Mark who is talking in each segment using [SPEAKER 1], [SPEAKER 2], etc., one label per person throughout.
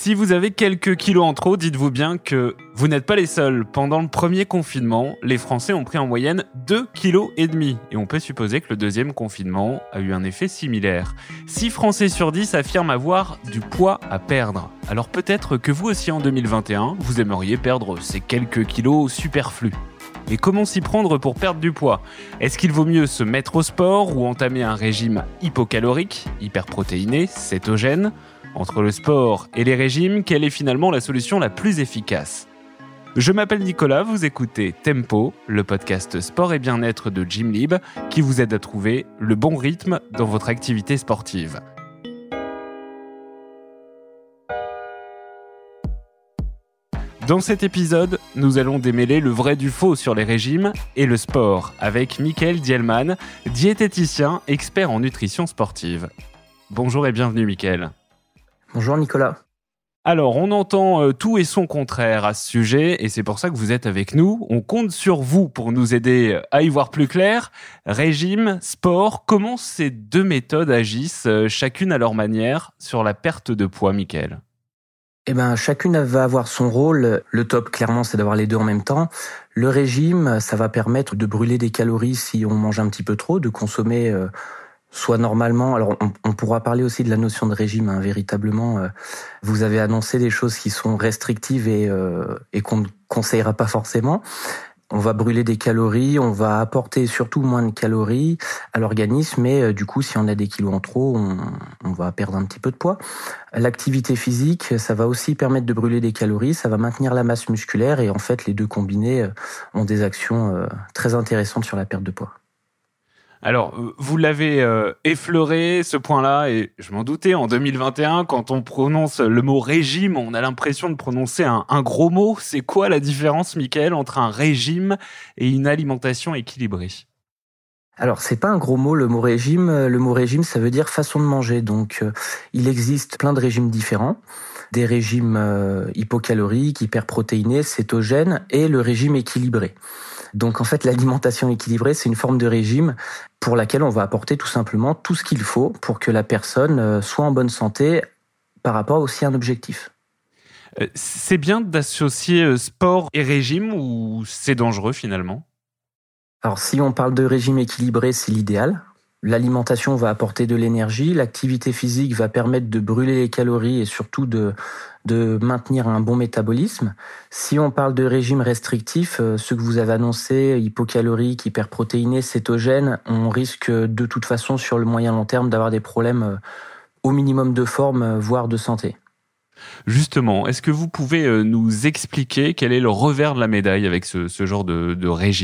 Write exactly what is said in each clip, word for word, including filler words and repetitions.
[SPEAKER 1] Si vous avez quelques kilos en trop, dites-vous bien que vous n'êtes pas les seuls. Pendant le premier confinement, les Français ont pris en moyenne deux virgule cinq kilos. Et on peut supposer que le deuxième confinement a eu un effet similaire. six Français sur dix affirment avoir du poids à perdre. Alors peut-être que vous aussi en deux mille vingt et un, vous aimeriez perdre ces quelques kilos superflus. Et comment s'y prendre pour perdre du poids ? Est-ce qu'il vaut mieux se mettre au sport ou entamer un régime hypocalorique, hyperprotéiné, cétogène ? Entre le sport et les régimes, quelle est finalement la solution la plus efficace ? Je m'appelle Nicolas, vous écoutez Tempo, le podcast sport et bien-être de Gymlib, qui vous aide à trouver le bon rythme dans votre activité sportive. Dans cet épisode, nous allons démêler le vrai du faux sur les régimes et le sport avec Mickaël Dielman, diététicien, expert en nutrition sportive. Bonjour et bienvenue Mickaël.
[SPEAKER 2] Bonjour Nicolas.
[SPEAKER 1] Alors, on entend euh, tout et son contraire à ce sujet et c'est pour ça que vous êtes avec nous. On compte sur vous pour nous aider à y voir plus clair. Régime, sport, comment ces deux méthodes agissent, euh, chacune à leur manière, sur la perte de poids, Mickaël ?
[SPEAKER 2] Eh ben, chacune va avoir son rôle. Le top, clairement, c'est d'avoir les deux en même temps. Le régime, ça va permettre de brûler des calories si on mange un petit peu trop, de consommer euh, soit normalement. Alors, on, on pourra parler aussi de la notion de régime, hein, véritablement. Euh, vous avez annoncé des choses qui sont restrictives et, euh, et qu'on ne conseillera pas forcément. On va brûler des calories, on va apporter surtout moins de calories à l'organisme, mais euh, du coup, si on a des kilos en trop, on, on va perdre un petit peu de poids. L'activité physique, ça va aussi permettre de brûler des calories, ça va maintenir la masse musculaire et en fait, les deux combinés euh, ont des actions euh, très intéressantes sur la perte de poids.
[SPEAKER 1] Alors, vous l'avez euh, effleuré, ce point-là, et je m'en doutais, en deux mille vingt et un, quand on prononce le mot régime, on a l'impression de prononcer un, un gros mot. C'est quoi la différence, Mickaël, entre un régime et une alimentation équilibrée ?
[SPEAKER 2] Alors, c'est pas un gros mot, le mot régime. Le mot régime, ça veut dire façon de manger. Donc, euh, il existe plein de régimes différents. Des régimes euh, hypocaloriques, hyperprotéinés, cétogènes et le régime équilibré. Donc en fait, l'alimentation équilibrée, c'est une forme de régime pour laquelle on va apporter tout simplement tout ce qu'il faut pour que la personne soit en bonne santé par rapport aussi à un objectif.
[SPEAKER 1] Euh, c'est bien d'associer sport et régime ou c'est dangereux finalement ?
[SPEAKER 2] Alors si on parle de régime équilibré, c'est l'idéal. L'alimentation va apporter de l'énergie, l'activité physique va permettre de brûler les calories et surtout de, de maintenir un bon métabolisme. Si on parle de régime restrictif, euh, ceux que vous avez annoncés, hypocaloriques, hyperprotéinés, cétogènes, on risque de toute façon sur le moyen long terme d'avoir des problèmes euh, au minimum de forme, euh, voire de santé.
[SPEAKER 1] Justement, est-ce que vous pouvez euh, nous expliquer quel est le revers de la médaille avec ce, ce genre de, de régime ?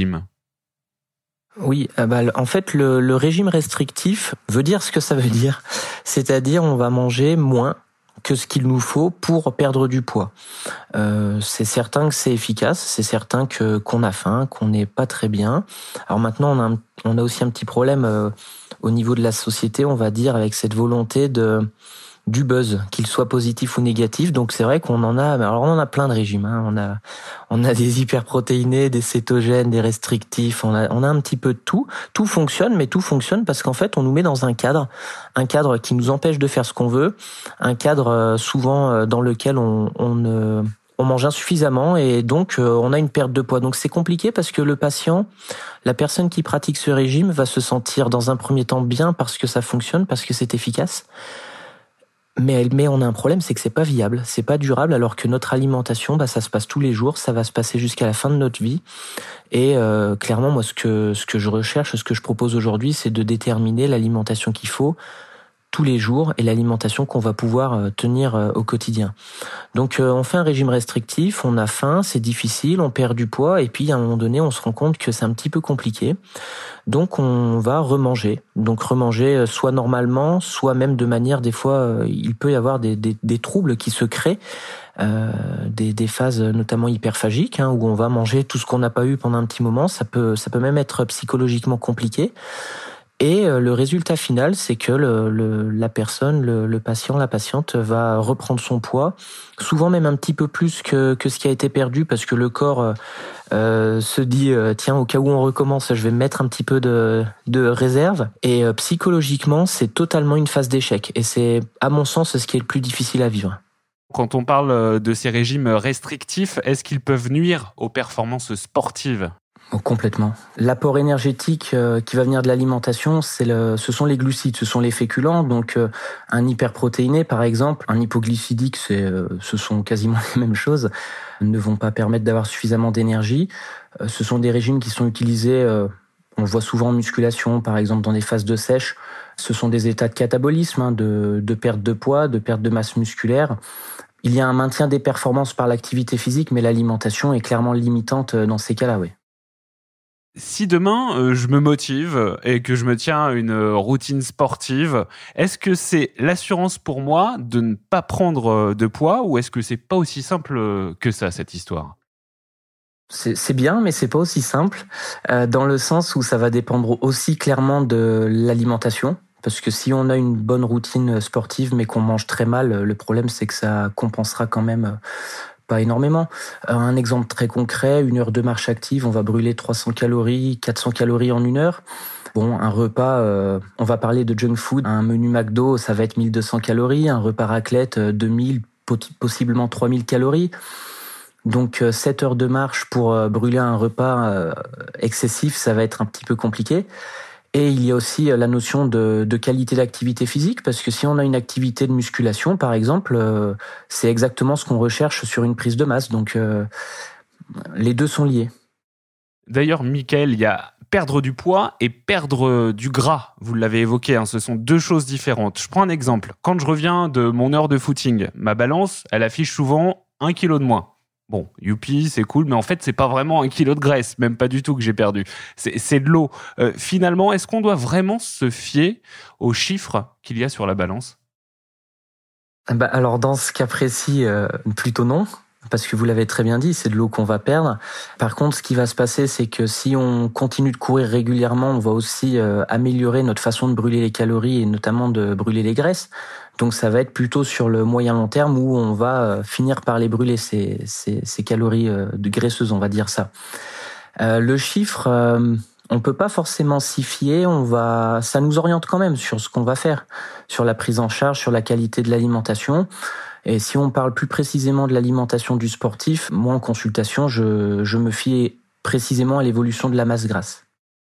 [SPEAKER 2] Oui, bah, en fait, le, le régime restrictif veut dire ce que ça veut dire. C'est-à-dire, on va manger moins que ce qu'il nous faut pour perdre du poids. Euh, c'est certain que c'est efficace, c'est certain que qu'on a faim, qu'on n'est pas très bien. Alors maintenant, on a, un, on a aussi un petit problème euh, au niveau de la société, on va dire, avec cette volonté de du buzz, qu'il soit positif ou négatif. Donc c'est vrai qu'on en a, alors on en a plein de régimes, hein. On a, on a des hyperprotéinés, des cétogènes, des restrictifs. On a, on a un petit peu de tout. Tout fonctionne, mais tout fonctionne parce qu'en fait on nous met dans un cadre, un cadre qui nous empêche de faire ce qu'on veut, un cadre souvent dans lequel on, on euh, on mange insuffisamment et donc euh, on a une perte de poids. Donc c'est compliqué parce que le patient, la personne qui pratique ce régime va se sentir dans un premier temps bien parce que ça fonctionne, parce que c'est efficace. Mais, mais on a un problème, c'est que c'est pas viable, c'est pas durable, alors que notre alimentation, bah, ça se passe tous les jours, ça va se passer jusqu'à la fin de notre vie. Et euh, clairement, moi, ce que ce que je recherche, ce que je propose aujourd'hui, c'est de déterminer l'alimentation qu'il faut tous les jours et l'alimentation qu'on va pouvoir tenir au quotidien. Donc euh, on fait un régime restrictif, on a faim, c'est difficile, on perd du poids et puis à un moment donné on se rend compte que c'est un petit peu compliqué. Donc on va remanger. Donc remanger soit normalement, soit même de manière, des fois euh, il peut y avoir des, des, des troubles qui se créent, euh, des, des phases notamment hyperphagiques, hein, où on va manger tout ce qu'on n'a pas eu pendant un petit moment. Ça peut, ça peut même être psychologiquement compliqué. Et le résultat final, c'est que le, le, la personne, le, le patient, la patiente va reprendre son poids, souvent même un petit peu plus que, que ce qui a été perdu, parce que le corps euh, se dit euh, tiens, au cas où on recommence, je vais me mettre un petit peu de, de réserve. Et euh, psychologiquement, c'est totalement une phase d'échec. Et c'est, à mon sens, ce qui est le plus difficile à vivre.
[SPEAKER 1] Quand on parle de ces régimes restrictifs, est-ce qu'ils peuvent nuire aux performances sportives ?
[SPEAKER 2] Oh, complètement. L'apport énergétique euh, qui va venir de l'alimentation, c'est le, ce sont les glucides, ce sont les féculents. Donc, euh, un hyperprotéiné, par exemple, un hypoglycidique, c'est, euh, ce sont quasiment les mêmes choses, ne vont pas permettre d'avoir suffisamment d'énergie. Euh, ce sont des régimes qui sont utilisés, euh, on le voit souvent en musculation, par exemple dans des phases de sèche. Ce sont des états de catabolisme, hein, de, de perte de poids, de perte de masse musculaire. Il y a un maintien des performances par l'activité physique, mais l'alimentation est clairement limitante dans ces cas-là, oui.
[SPEAKER 1] Si demain, euh, je me motive et que je me tiens à une routine sportive, est-ce que c'est l'assurance pour moi de ne pas prendre de poids ou est-ce que c'est pas aussi simple que ça, cette histoire ?
[SPEAKER 2] C'est, c'est bien, mais c'est pas aussi simple, euh, dans le sens où ça va dépendre aussi clairement de l'alimentation. Parce que si on a une bonne routine sportive mais qu'on mange très mal, le problème c'est que ça compensera quand même pas énormément. Un exemple très concret, une heure de marche active, on va brûler trois cents calories, quatre cents calories en une heure. Bon, un repas, euh, on va parler de junk food, un menu McDo, ça va être mille deux cents calories, un repas raclette, deux mille, possiblement trois mille calories. Donc sept heures de marche pour brûler un repas excessif, ça va être un petit peu compliqué. Et il y a aussi la notion de, de qualité d'activité physique, parce que si on a une activité de musculation, par exemple, euh, c'est exactement ce qu'on recherche sur une prise de masse. Donc, euh, les deux sont liés.
[SPEAKER 1] D'ailleurs, Mickaël, il y a perdre du poids et perdre du gras. Vous l'avez évoqué, hein, ce sont deux choses différentes. Je prends un exemple. Quand je reviens de mon heure de footing, ma balance, elle affiche souvent un kilo de moins. Bon, youpi, c'est cool, mais en fait, c'est pas vraiment un kilo de graisse, même pas du tout que j'ai perdu. C'est, c'est de l'eau. Euh, finalement, est-ce qu'on doit vraiment se fier aux chiffres qu'il y a sur la balance ?
[SPEAKER 2] Bah, alors, dans ce cas précis, euh, plutôt non. Parce que vous l'avez très bien dit, c'est de l'eau qu'on va perdre. Par contre, ce qui va se passer, c'est que si on continue de courir régulièrement, on va aussi euh, améliorer notre façon de brûler les calories et notamment de brûler les graisses. Donc ça va être plutôt sur le moyen long terme où on va euh, finir par les brûler, ces, ces, ces calories euh, de graisseuses, on va dire ça. Euh, le chiffre, euh, on peut pas forcément s'y fier, on va, ça nous oriente quand même sur ce qu'on va faire, sur la prise en charge, sur la qualité de l'alimentation. Et si on parle plus précisément de l'alimentation du sportif, moi en consultation, je, je me fie précisément à l'évolution de la masse grasse.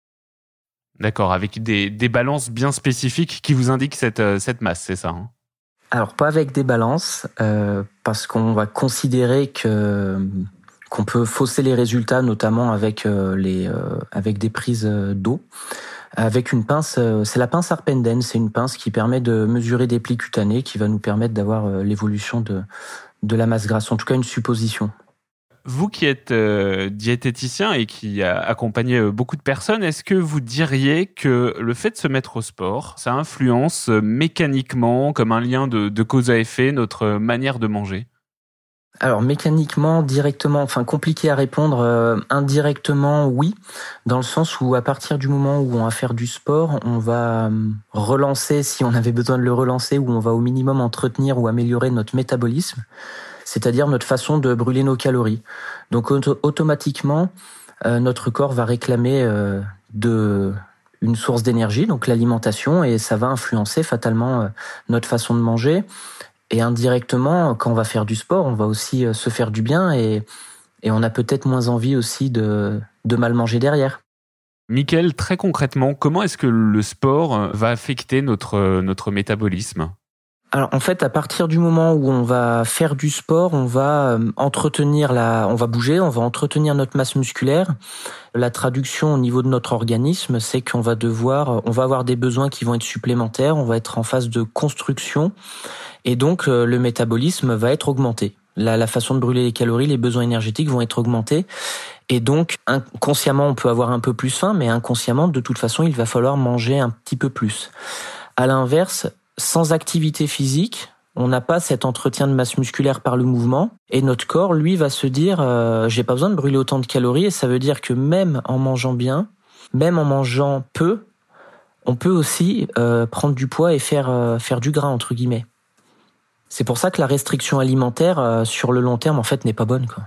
[SPEAKER 1] D'accord, avec des, des balances bien spécifiques qui vous indiquent cette, cette masse, c'est ça, hein ?
[SPEAKER 2] Alors pas avec des balances, euh, parce qu'on va considérer que qu'on peut fausser les résultats, notamment avec euh, les euh, avec des prises d'eau. Avec une pince, c'est la pince Arpenden, c'est une pince qui permet de mesurer des plis cutanés, qui va nous permettre d'avoir l'évolution de, de la masse grasse, en tout cas une supposition.
[SPEAKER 1] Vous qui êtes euh, diététicien et qui a accompagné beaucoup de personnes, est-ce que vous diriez que le fait de se mettre au sport, ça influence mécaniquement, comme un lien de, de cause à effet, notre manière de manger ?
[SPEAKER 2] Alors mécaniquement, directement, enfin compliqué à répondre, euh, indirectement oui, dans le sens où à partir du moment où on va faire du sport, on va relancer, si on avait besoin de le relancer, ou on va au minimum entretenir ou améliorer notre métabolisme, c'est-à-dire notre façon de brûler nos calories. Donc auto- automatiquement, euh, notre corps va réclamer euh, de une source d'énergie, donc l'alimentation, et ça va influencer fatalement euh, notre façon de manger. Et indirectement, quand on va faire du sport, on va aussi se faire du bien et, et on a peut-être moins envie aussi de, de mal manger derrière.
[SPEAKER 1] Mickaël, très concrètement, comment est-ce que le sport va affecter notre, notre métabolisme ?
[SPEAKER 2] Alors en fait, à partir du moment où on va faire du sport, on va entretenir la, on va bouger, on va entretenir notre masse musculaire. La traduction au niveau de notre organisme, c'est qu'on va devoir, on va avoir des besoins qui vont être supplémentaires, on va être en phase de construction et donc le métabolisme va être augmenté. La, la façon de brûler les calories, les besoins énergétiques vont être augmentés et donc inconsciemment on peut avoir un peu plus faim, mais inconsciemment de toute façon il va falloir manger un petit peu plus. À l'inverse, sans activité physique, on n'a pas cet entretien de masse musculaire par le mouvement et notre corps, lui, va se dire euh, j'ai pas besoin de brûler autant de calories et ça veut dire que même en mangeant bien, même en mangeant peu, on peut aussi euh, prendre du poids et faire euh, faire du gras entre guillemets. C'est pour ça que la restriction alimentaire euh, sur le long terme en fait n'est pas bonne, quoi.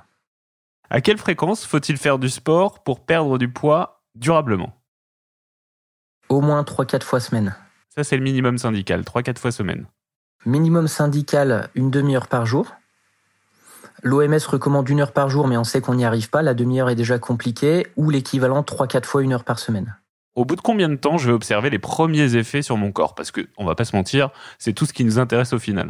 [SPEAKER 1] À quelle fréquence faut-il faire du sport pour perdre du poids durablement ?
[SPEAKER 2] Au moins trois à quatre fois semaine.
[SPEAKER 1] Ça, c'est le minimum syndical, trois à quatre fois semaine.
[SPEAKER 2] Minimum syndical, une demi-heure par jour. L'O M S recommande une heure par jour, mais on sait qu'on n'y arrive pas. La demi-heure est déjà compliquée, ou l'équivalent trois à quatre fois une heure par semaine.
[SPEAKER 1] Au bout de combien de temps je vais observer les premiers effets sur mon corps ? Parce qu'on va pas se mentir, c'est tout ce qui nous intéresse au final.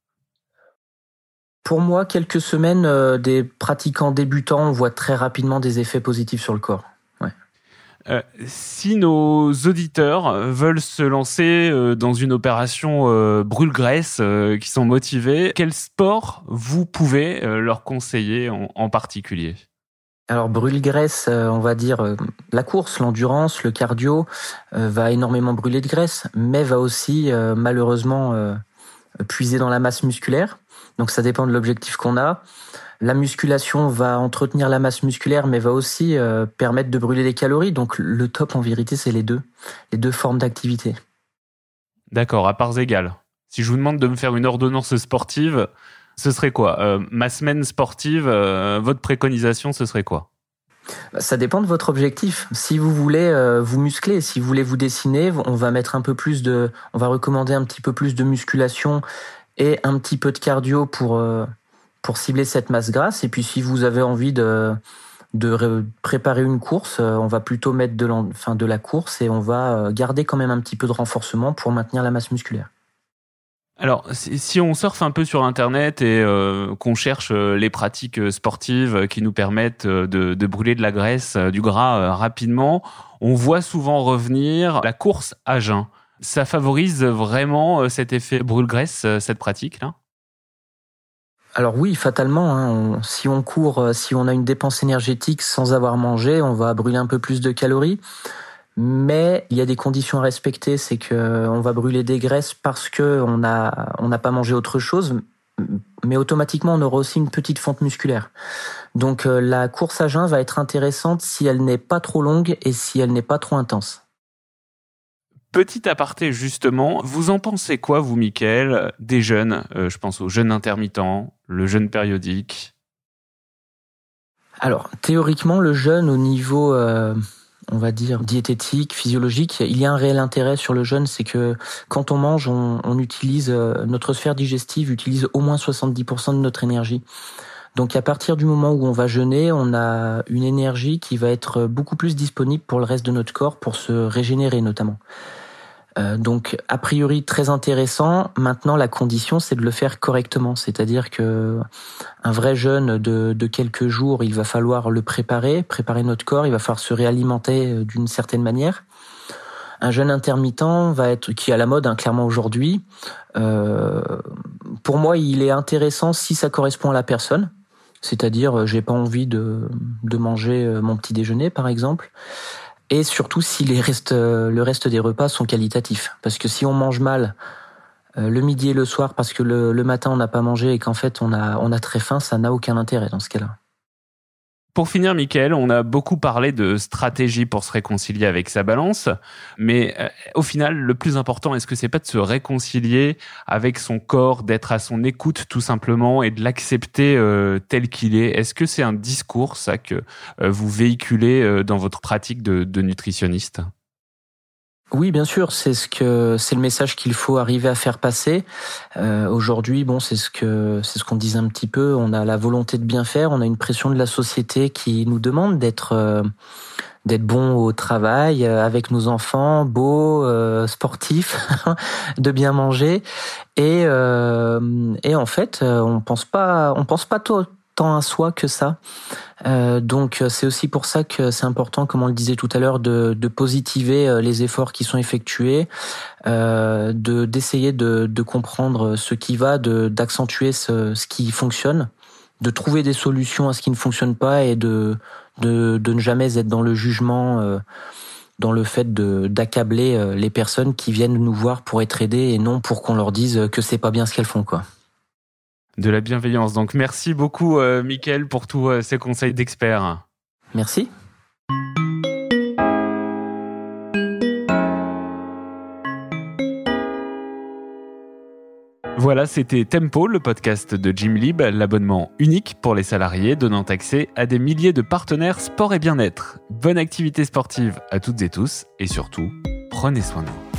[SPEAKER 2] Pour moi, quelques semaines, euh, des pratiquants débutants, on voit très rapidement des effets positifs sur le corps. Ouais.
[SPEAKER 1] Euh, si nos auditeurs veulent se lancer euh, dans une opération euh, brûle-graisse, euh, qui sont motivés, quel sport vous pouvez euh, leur conseiller en, en particulier ?
[SPEAKER 2] Alors brûle-graisse, euh, on va dire euh, la course, l'endurance, le cardio euh, va énormément brûler de graisse, mais va aussi euh, malheureusement euh, puiser dans la masse musculaire. Donc ça dépend de l'objectif qu'on a. La musculation va entretenir la masse musculaire, mais va aussi euh, permettre de brûler des calories. Donc le top, en vérité, c'est les deux, les deux formes d'activité.
[SPEAKER 1] D'accord, à parts égales. Si je vous demande de me faire une ordonnance sportive, ce serait quoi ? euh, Ma semaine sportive, euh, votre préconisation, ce serait quoi ?
[SPEAKER 2] Ça dépend de votre objectif. Si vous voulez euh, vous muscler, si vous voulez vous dessiner, on va mettre un peu plus de, on va recommander un petit peu plus de musculation et un petit peu de cardio pour euh, pour cibler cette masse grasse. Et puis si vous avez envie de de ré- préparer une course, euh, on va plutôt mettre de, enfin, de la course et on va garder quand même un petit peu de renforcement pour maintenir la masse musculaire.
[SPEAKER 1] Alors, si on surfe un peu sur Internet et euh, qu'on cherche les pratiques sportives qui nous permettent de, de brûler de la graisse, du gras euh, rapidement, on voit souvent revenir la course à jeun. Ça favorise vraiment cet effet brûle-graisse, cette pratique-là ?
[SPEAKER 2] Alors oui, fatalement, hein, on, si on court, si on a une dépense énergétique sans avoir mangé, on va brûler un peu plus de calories. Mais il y a des conditions à respecter, c'est que on va brûler des graisses parce que on a on n'a pas mangé autre chose, mais automatiquement on aura aussi une petite fonte musculaire. Donc euh, la course à jeun va être intéressante si elle n'est pas trop longue et si elle n'est pas trop intense.
[SPEAKER 1] Petit aparté justement, vous en pensez quoi vous, Mickaël, des jeûnes ? euh, Je pense au jeûne intermittent, le jeûne périodique.
[SPEAKER 2] Alors théoriquement le jeûne au niveau euh, on va dire diététique, physiologique, il y a un réel intérêt sur le jeûne, c'est que quand on mange, on, on utilise euh, notre sphère digestive utilise au moins soixante-dix pour cent de notre énergie. Donc à partir du moment où on va jeûner, on a une énergie qui va être beaucoup plus disponible pour le reste de notre corps, pour se régénérer notamment. Euh, donc a priori très intéressant. Maintenant la condition c'est de le faire correctement, c'est-à-dire que un vrai jeûne de, de quelques jours, il va falloir le préparer, préparer notre corps, il va falloir se réalimenter d'une certaine manière. Un jeûne intermittent va être, qui est à la mode hein, clairement aujourd'hui, euh, pour moi il est intéressant si ça correspond à la personne. C'est-à-dire, j'ai pas envie de, de manger mon petit déjeuner, par exemple. Et surtout, si les restes, le reste des repas sont qualitatifs. Parce que si on mange mal le midi et le soir parce que le, le matin on n'a pas mangé et qu'en fait on a, on a très faim, ça n'a aucun intérêt dans ce cas-là.
[SPEAKER 1] Pour finir, Mickaël, on a beaucoup parlé de stratégie pour se réconcilier avec sa balance, mais euh, au final, le plus important, est-ce que c'est pas de se réconcilier avec son corps, d'être à son écoute tout simplement et de l'accepter euh, tel qu'il est ? Est-ce que c'est un discours, ça, que euh, vous véhiculez euh, dans votre pratique de, de nutritionniste ?
[SPEAKER 2] Oui, bien sûr, c'est ce que c'est le message qu'il faut arriver à faire passer. Euh, aujourd'hui, bon, c'est ce que c'est ce qu'on disait un petit peu. On a la volonté de bien faire, on a une pression de la société qui nous demande d'être euh, d'être bon au travail, euh, avec nos enfants, beaux, euh, sportifs, de bien manger. Et euh, et en fait, on pense pas, on pense pas tout. Tant à soi que ça. Euh, donc c'est aussi pour ça que c'est important, comme on le disait tout à l'heure, de, de positiver les efforts qui sont effectués, euh, de d'essayer de, de comprendre ce qui va, de d'accentuer ce, ce qui fonctionne, de trouver des solutions à ce qui ne fonctionne pas et de de, de ne jamais être dans le jugement, euh, dans le fait de d'accabler les personnes qui viennent nous voir pour être aidées et non pour qu'on leur dise que c'est pas bien ce qu'elles font, quoi.
[SPEAKER 1] De la bienveillance. Donc, merci beaucoup, euh, Mickaël, pour tous euh, ces conseils d'experts.
[SPEAKER 2] Merci.
[SPEAKER 1] Voilà, c'était Tempo, le podcast de Gymlib, l'abonnement unique pour les salariés donnant accès à des milliers de partenaires sport et bien-être. Bonne activité sportive à toutes et tous et surtout, prenez soin de vous.